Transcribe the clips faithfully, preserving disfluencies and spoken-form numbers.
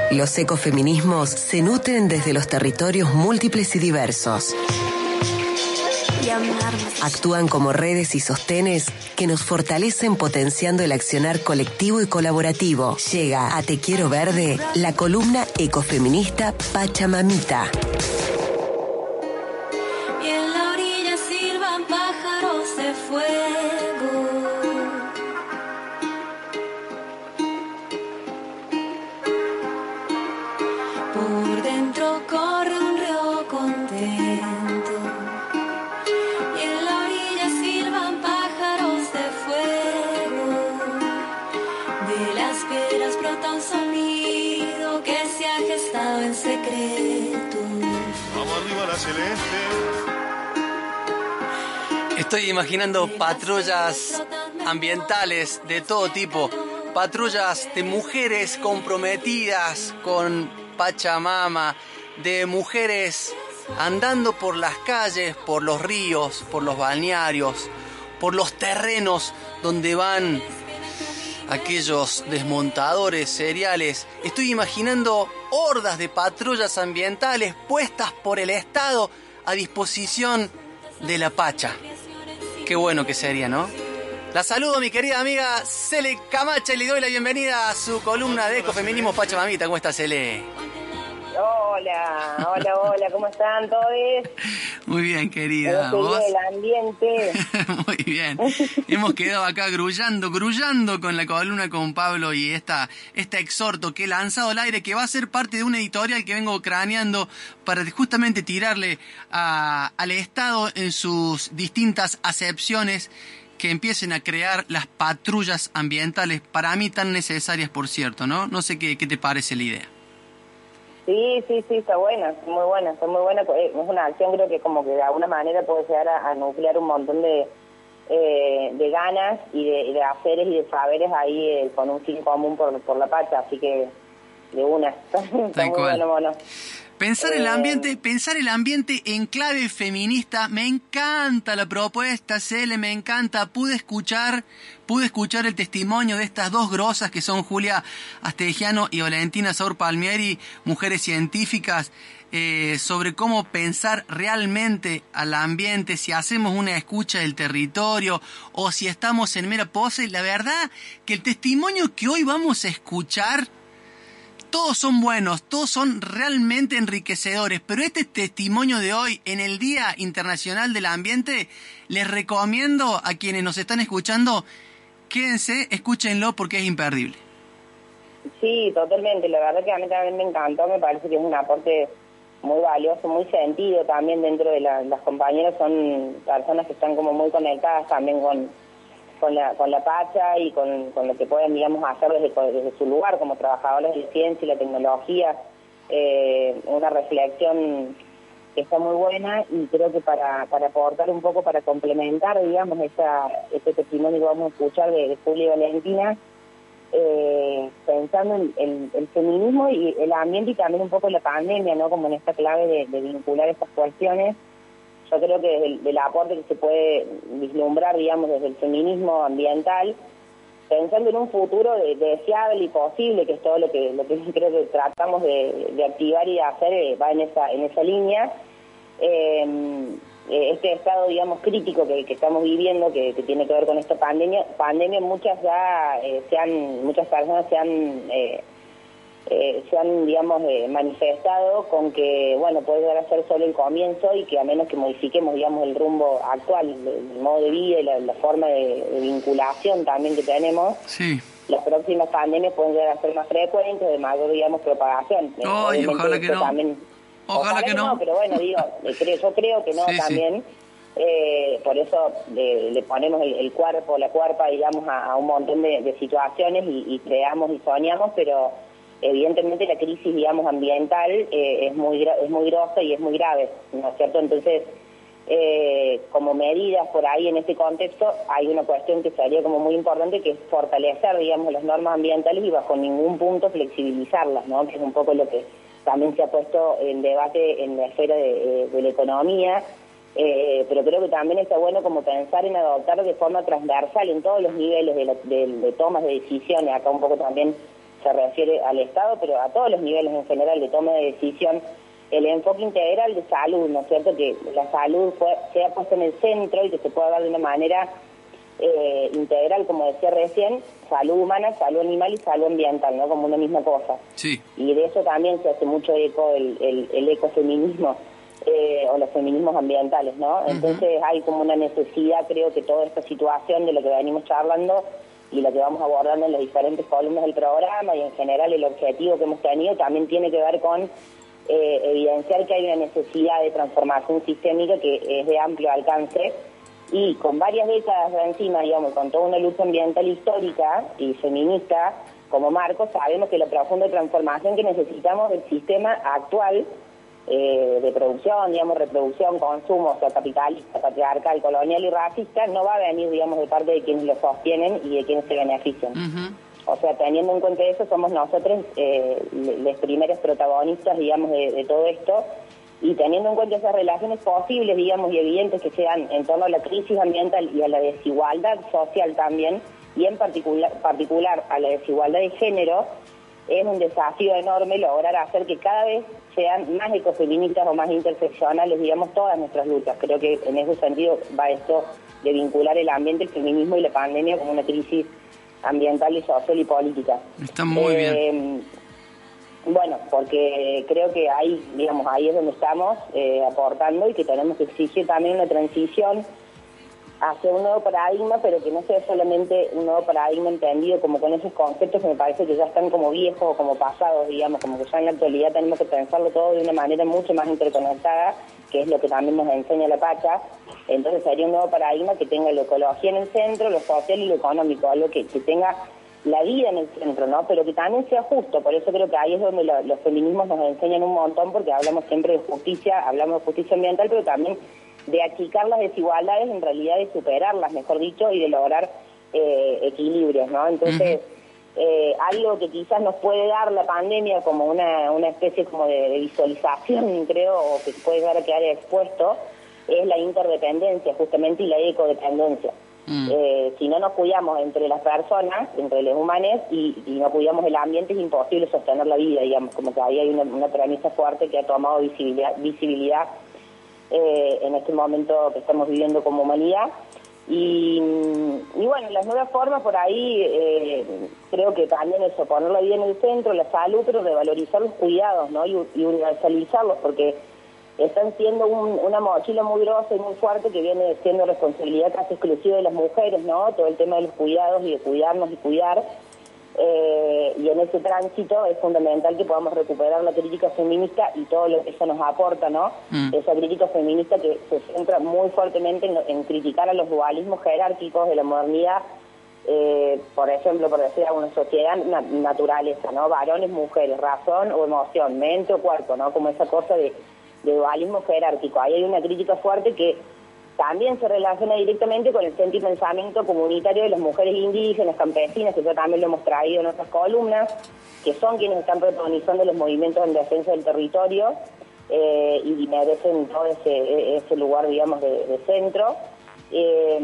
Los ecofeminismos se nutren desde los territorios múltiples y diversos. Actúan como redes y sostenes que nos fortalecen potenciando el accionar colectivo y colaborativo. Llega a Te Quiero Verde la columna ecofeminista Pachamamita. Y en la orilla silban pájaros de fuego. Por dentro corre un río contento. Y en la orilla silban pájaros de fuego. De las piedras brota un sonido que se ha gestado en secreto. Vamos arriba la celeste. Estoy imaginando patrullas ambientales de todo tipo, patrullas de mujeres comprometidas con Pachamama, de mujeres andando por las calles, por los ríos, por los balnearios, por los terrenos donde van aquellos desmontadores seriales. Estoy imaginando hordas de patrullas ambientales puestas por el Estado a disposición de la Pacha. Qué bueno que sería, ¿no? La saludo, mi querida amiga Cele Camacha, y le doy la bienvenida a su columna de ecofeminismo Pachamamita. ¿Cómo estás, Cele? Hola, hola, hola, ¿cómo están todos? Muy bien, querida. ¿Vos? El ambiente. Muy bien. Hemos quedado acá grullando, grullando con la columna con Pablo y esta, este exhorto que he lanzado al aire, que va a ser parte de una editorial que vengo craneando para justamente tirarle a, al Estado en sus distintas acepciones, que empiecen a crear las patrullas ambientales, para mí tan necesarias, por cierto, ¿no? No sé qué, qué te parece la idea. Sí, sí, sí, está buena, está muy buena, está muy buena. Es una acción, creo que como que de alguna manera puede llegar a, a nuclear un montón de, eh, de ganas y de, de haceres y de saberes ahí eh, con un fin común por, por la Pacha, así que de una, está, está muy bueno, bueno. Pensar el ambiente, pensar el ambiente en clave feminista, me encanta la propuesta, Cele, me encanta. Pude escuchar, pude escuchar el testimonio de estas dos grosas que son Julia Astegiano y Valentina Saur Palmieri, mujeres científicas, eh, sobre cómo pensar realmente al ambiente, si hacemos una escucha del territorio o si estamos en mera pose. La verdad que el testimonio que hoy vamos a escuchar, todos son buenos, todos son realmente enriquecedores, pero este testimonio de hoy, en el Día Internacional del Ambiente, les recomiendo a quienes nos están escuchando, quédense, escúchenlo porque es imperdible. Sí, totalmente, la verdad que a mí también me encantó, me parece que es un aporte muy valioso, muy sentido también dentro de la, las compañeras, son personas que están como muy conectadas también con... con la con la Pacha y con, con lo que pueden, digamos, hacer desde, desde su lugar como trabajadores de la ciencia y la tecnología. Eh, una reflexión que está muy buena y creo que para, para aportar un poco, para complementar, digamos, esta, este testimonio que vamos a escuchar de, de Julia y Valentina, eh, pensando en el, el feminismo y el ambiente y también un poco la pandemia, ¿no? Como en esta clave de, de vincular estas cuestiones. Yo creo que desde el del aporte que se puede vislumbrar, digamos, desde el feminismo ambiental, pensando en un futuro de, de deseable y posible, que es todo lo que lo que creo que tratamos de, de activar y de hacer, eh, va en esa en esa línea. Eh, este estado, digamos, crítico que, que estamos viviendo, que, que tiene que ver con esta pandemia, pandemia muchas ya eh, se han, muchas personas se han eh, Eh, se han, digamos, eh, manifestado con que, bueno, puede llegar a ser solo el comienzo y que a menos que modifiquemos, digamos, el rumbo actual, el, el modo de vida y la, la forma de, de vinculación también que tenemos, sí, las próximas pandemias pueden llegar a ser más frecuentes, de mayor, digamos, propagación. Ay, eh, ojalá que no. También, ojalá, ojalá que, que no. no. Pero bueno, digo, creo, yo creo que no sí, también. Sí. Eh, por eso le, le ponemos el, el cuerpo, la cuerpa, digamos, a, a un montón de, de situaciones y, y creamos y soñamos, pero evidentemente la crisis, digamos, ambiental eh, es muy es muy grosa y es muy grave, ¿no es cierto? Entonces, eh, como medidas por ahí en este contexto, hay una cuestión que sería como muy importante, que es fortalecer, digamos, las normas ambientales y bajo ningún punto flexibilizarlas, ¿no? Que es un poco lo que también se ha puesto en debate en la esfera de, de la economía, eh, pero creo que también está bueno como pensar en adoptar de forma transversal en todos los niveles de, la, de, de tomas de decisiones, acá un poco también se refiere al Estado, pero a todos los niveles en general de toma de decisión, el enfoque integral de salud, ¿no es cierto? Que la salud fue, sea puesta en el centro y que se pueda dar de una manera eh, integral, como decía recién, salud humana, salud animal y salud ambiental, ¿no? Como una misma cosa. Sí. Y de eso también se hace mucho eco el, el, el ecofeminismo eh, o los feminismos ambientales, ¿no? Entonces uh-huh. hay como una necesidad, creo que toda esta situación de lo que venimos charlando y lo que vamos abordando en las diferentes columnas del programa y en general el objetivo que hemos tenido también tiene que ver con eh, evidenciar que hay una necesidad de transformación sistémica que es de amplio alcance y con varias décadas de encima, digamos, con toda una lucha ambiental histórica y feminista como marco, sabemos que la profunda transformación que necesitamos del sistema actual eh, de producción, digamos, reproducción, consumo, o sea, capitalista, patriarcal, colonial y racista, no va a venir, digamos, de parte de quienes lo sostienen y de quienes se benefician. Uh-huh. O sea, teniendo en cuenta eso, somos nosotros eh, los primeros protagonistas, digamos, de, de todo esto, y teniendo en cuenta esas relaciones posibles, digamos, y evidentes que sean en torno a la crisis ambiental y a la desigualdad social también, y en particular, particular a la desigualdad de género, es un desafío enorme lograr hacer que cada vez sean más ecofeministas o más interseccionales, digamos, todas nuestras luchas. Creo que en ese sentido va esto de vincular el ambiente, el feminismo y la pandemia como una crisis ambiental y social y política. Está muy eh, bien. Bueno, porque creo que ahí, digamos, ahí es donde estamos eh, aportando y que tenemos que exigir también una transición hacia un nuevo paradigma, pero que no sea solamente un nuevo paradigma entendido como con esos conceptos que me parece que ya están como viejos o como pasados, digamos, como que ya en la actualidad tenemos que pensarlo todo de una manera mucho más interconectada, que es lo que también nos enseña la Pacha. Entonces sería un nuevo paradigma que tenga la ecología en el centro, lo social y lo económico, algo que, que tenga la vida en el centro, ¿no? Pero que también sea justo. Por eso creo que ahí es donde lo, los feminismos nos enseñan un montón, porque hablamos siempre de justicia, hablamos de justicia ambiental, pero también de achicar las desigualdades, en realidad de superarlas, mejor dicho, y de lograr eh, equilibrios, ¿no? Entonces, uh-huh. eh, algo que quizás nos puede dar la pandemia como una, una especie como de, de visualización, creo, o que puede llegar a quedar expuesto, es la interdependencia, justamente, y la ecodependencia. Uh-huh. Eh, si no nos cuidamos entre las personas, entre los humanos, y, y no cuidamos el ambiente, es imposible sostener la vida, digamos, como que ahí hay una, una premisa fuerte que ha tomado visibilidad, visibilidad Eh, en este momento que estamos viviendo como humanidad y, y bueno, las nuevas formas por ahí eh, creo que también eso, poner la vida en el centro, la salud, pero revalorizar los cuidados, ¿no? y, y universalizarlos, porque están siendo un, una mochila muy grosa y muy fuerte que viene siendo responsabilidad casi exclusiva de las mujeres, ¿no? Todo el tema de los cuidados y de cuidarnos y cuidar. Eh, y en ese tránsito es fundamental que podamos recuperar la crítica feminista y todo lo que eso nos aporta, ¿no? Mm. Esa crítica feminista que se centra muy fuertemente en, en criticar a los dualismos jerárquicos de la modernidad, eh, por ejemplo, por decir alguna sociedad na naturaleza, ¿no? Varones, mujeres, razón o emoción, mente o cuerpo, ¿no? Como esa cosa de, de dualismo jerárquico. Ahí hay una crítica fuerte que también se relaciona directamente con el centro y pensamiento comunitario de las mujeres indígenas, campesinas, que ya también lo hemos traído en otras columnas, que son quienes están protagonizando los movimientos en defensa del territorio eh, y merecen todo ese, ese lugar, digamos, de, de centro. Eh,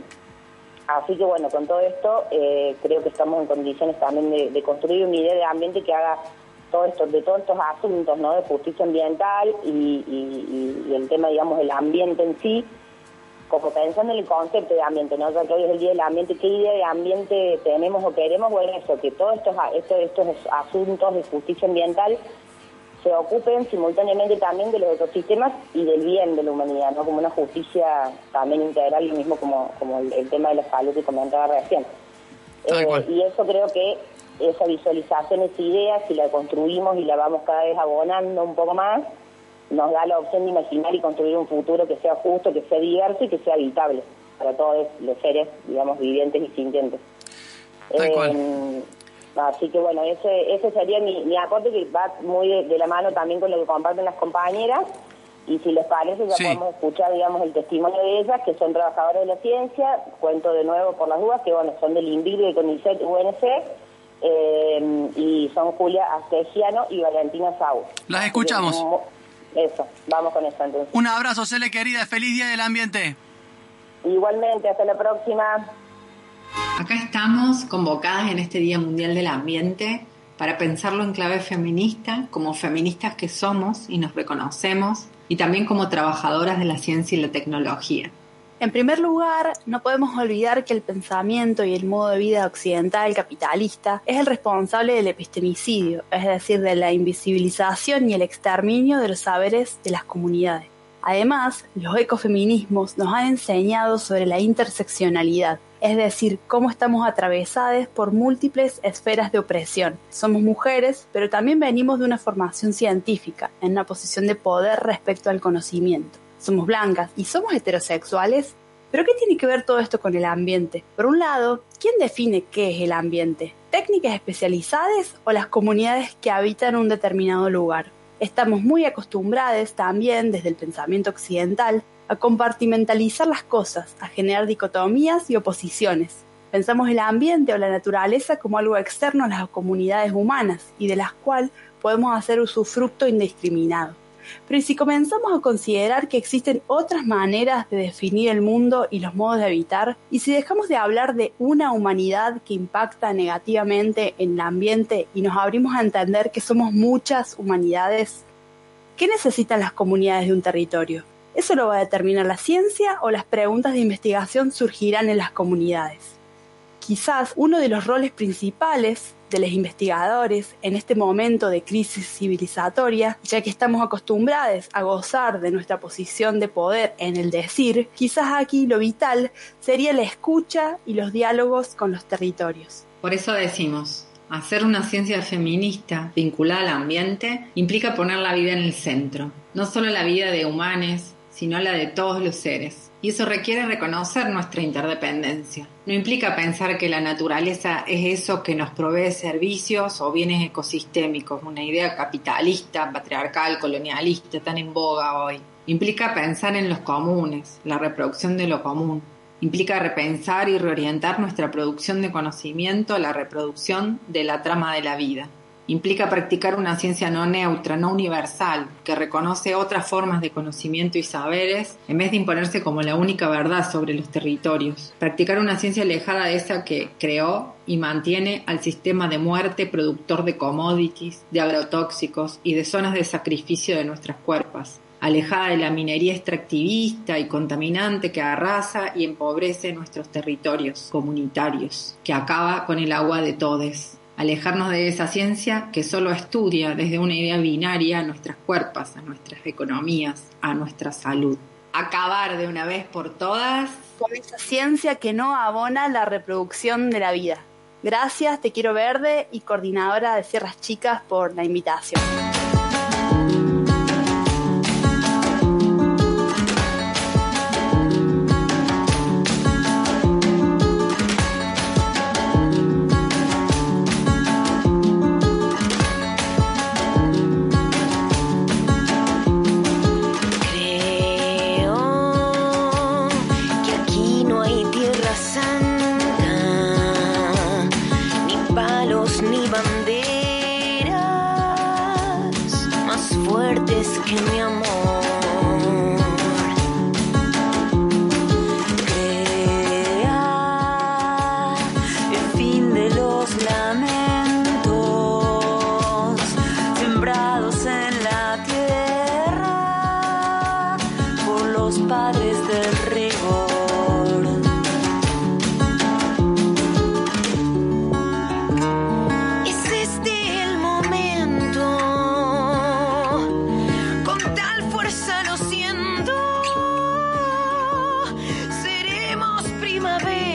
así que, bueno, con todo esto eh, creo que estamos en condiciones también de, de construir una idea de ambiente que haga todo esto, de todos estos asuntos, ¿no? De justicia ambiental y, y, y el tema, digamos, del ambiente en sí, como pensando en el concepto de ambiente, ¿no? Ya que hoy es el Día del Ambiente, ¿qué idea de ambiente tenemos o queremos? Bueno, eso, que todos estos, estos, estos asuntos de justicia ambiental se ocupen simultáneamente también de los ecosistemas y del bien de la humanidad, ¿no? Como una justicia también integral, lo mismo como, como el, el tema de la salud que comentaba recién. Eh, y eso creo que esa visualización, esa idea, si la construimos y la vamos cada vez abonando un poco más, nos da la opción de imaginar y construir un futuro que sea justo, que sea diverso y que sea habitable para todos los seres, digamos, vivientes y sintientes. Eh, así que bueno, ese, ese sería mi, mi aporte, que va muy de, de la mano también con lo que comparten las compañeras, y si les parece ya sí. podemos escuchar, digamos, el testimonio de ellas, que son trabajadoras de la ciencia. Cuento de nuevo por las dudas que, bueno, son del INVIRO, de CONICET, U N C, eh, y son Julia Astegiano y Valentina Saúl. Las escuchamos. Eso, vamos con eso entonces. Un abrazo, Cele, querida. Feliz Día del Ambiente. Igualmente, hasta la próxima. Acá estamos convocadas en este Día Mundial del Ambiente para pensarlo en clave feminista, como feministas que somos y nos reconocemos, y también como trabajadoras de la ciencia y la tecnología. En primer lugar, no podemos olvidar que el pensamiento y el modo de vida occidental capitalista es el responsable del epistemicidio, es decir, de la invisibilización y el exterminio de los saberes de las comunidades. Además, los ecofeminismos nos han enseñado sobre la interseccionalidad, es decir, cómo estamos atravesadas por múltiples esferas de opresión. Somos mujeres, pero también venimos de una formación científica, en una posición de poder respecto al conocimiento. Somos blancas y somos heterosexuales. ¿Pero qué tiene que ver todo esto con el ambiente? Por un lado, ¿quién define qué es el ambiente? ¿Técnicas especializadas o las comunidades que habitan un determinado lugar? Estamos muy acostumbradas también, desde el pensamiento occidental, a compartimentalizar las cosas, a generar dicotomías y oposiciones. Pensamos el ambiente o la naturaleza como algo externo a las comunidades humanas y de las cuales podemos hacer usufructo indiscriminado. Pero ¿y si comenzamos a considerar que existen otras maneras de definir el mundo y los modos de habitar? ¿Y si dejamos de hablar de una humanidad que impacta negativamente en el ambiente y nos abrimos a entender que somos muchas humanidades? ¿Qué necesitan las comunidades de un territorio? ¿Eso lo va a determinar la ciencia o las preguntas de investigación surgirán en las comunidades? Quizás uno de los roles principales de los investigadores en este momento de crisis civilizatoria, ya que estamos acostumbrados a gozar de nuestra posición de poder en el decir, quizás aquí lo vital sería la escucha y los diálogos con los territorios. Por eso decimos, hacer una ciencia feminista vinculada al ambiente implica poner la vida en el centro, no solo la vida de humanos, sino la de todos los seres. Y eso requiere reconocer nuestra interdependencia. No implica pensar que la naturaleza es eso que nos provee servicios o bienes ecosistémicos, una idea capitalista, patriarcal, colonialista, tan en boga hoy. Implica pensar en los comunes, la reproducción de lo común. Implica repensar y reorientar nuestra producción de conocimiento a la reproducción de la trama de la vida. Implica practicar una ciencia no neutra, no universal, que reconoce otras formas de conocimiento y saberes, en vez de imponerse como la única verdad sobre los territorios. Practicar una ciencia alejada de esa que creó y mantiene al sistema de muerte productor de commodities, de agrotóxicos y de zonas de sacrificio de nuestras cuerpos. Alejada de la minería extractivista y contaminante que arrasa y empobrece nuestros territorios comunitarios, que acaba con el agua de todes. Alejarnos de esa ciencia que solo estudia desde una idea binaria a nuestras cuerpos, a nuestras economías, a nuestra salud. Acabar de una vez por todas con esa ciencia que no abona la reproducción de la vida. Gracias, Te Quiero Verde y coordinadora de Sierras Chicas por la invitación. Que mi amor crea el fin de los lamentos sembrados en la tierra por los padres del rigor. Es este el momento. Lo siento, seremos primavera.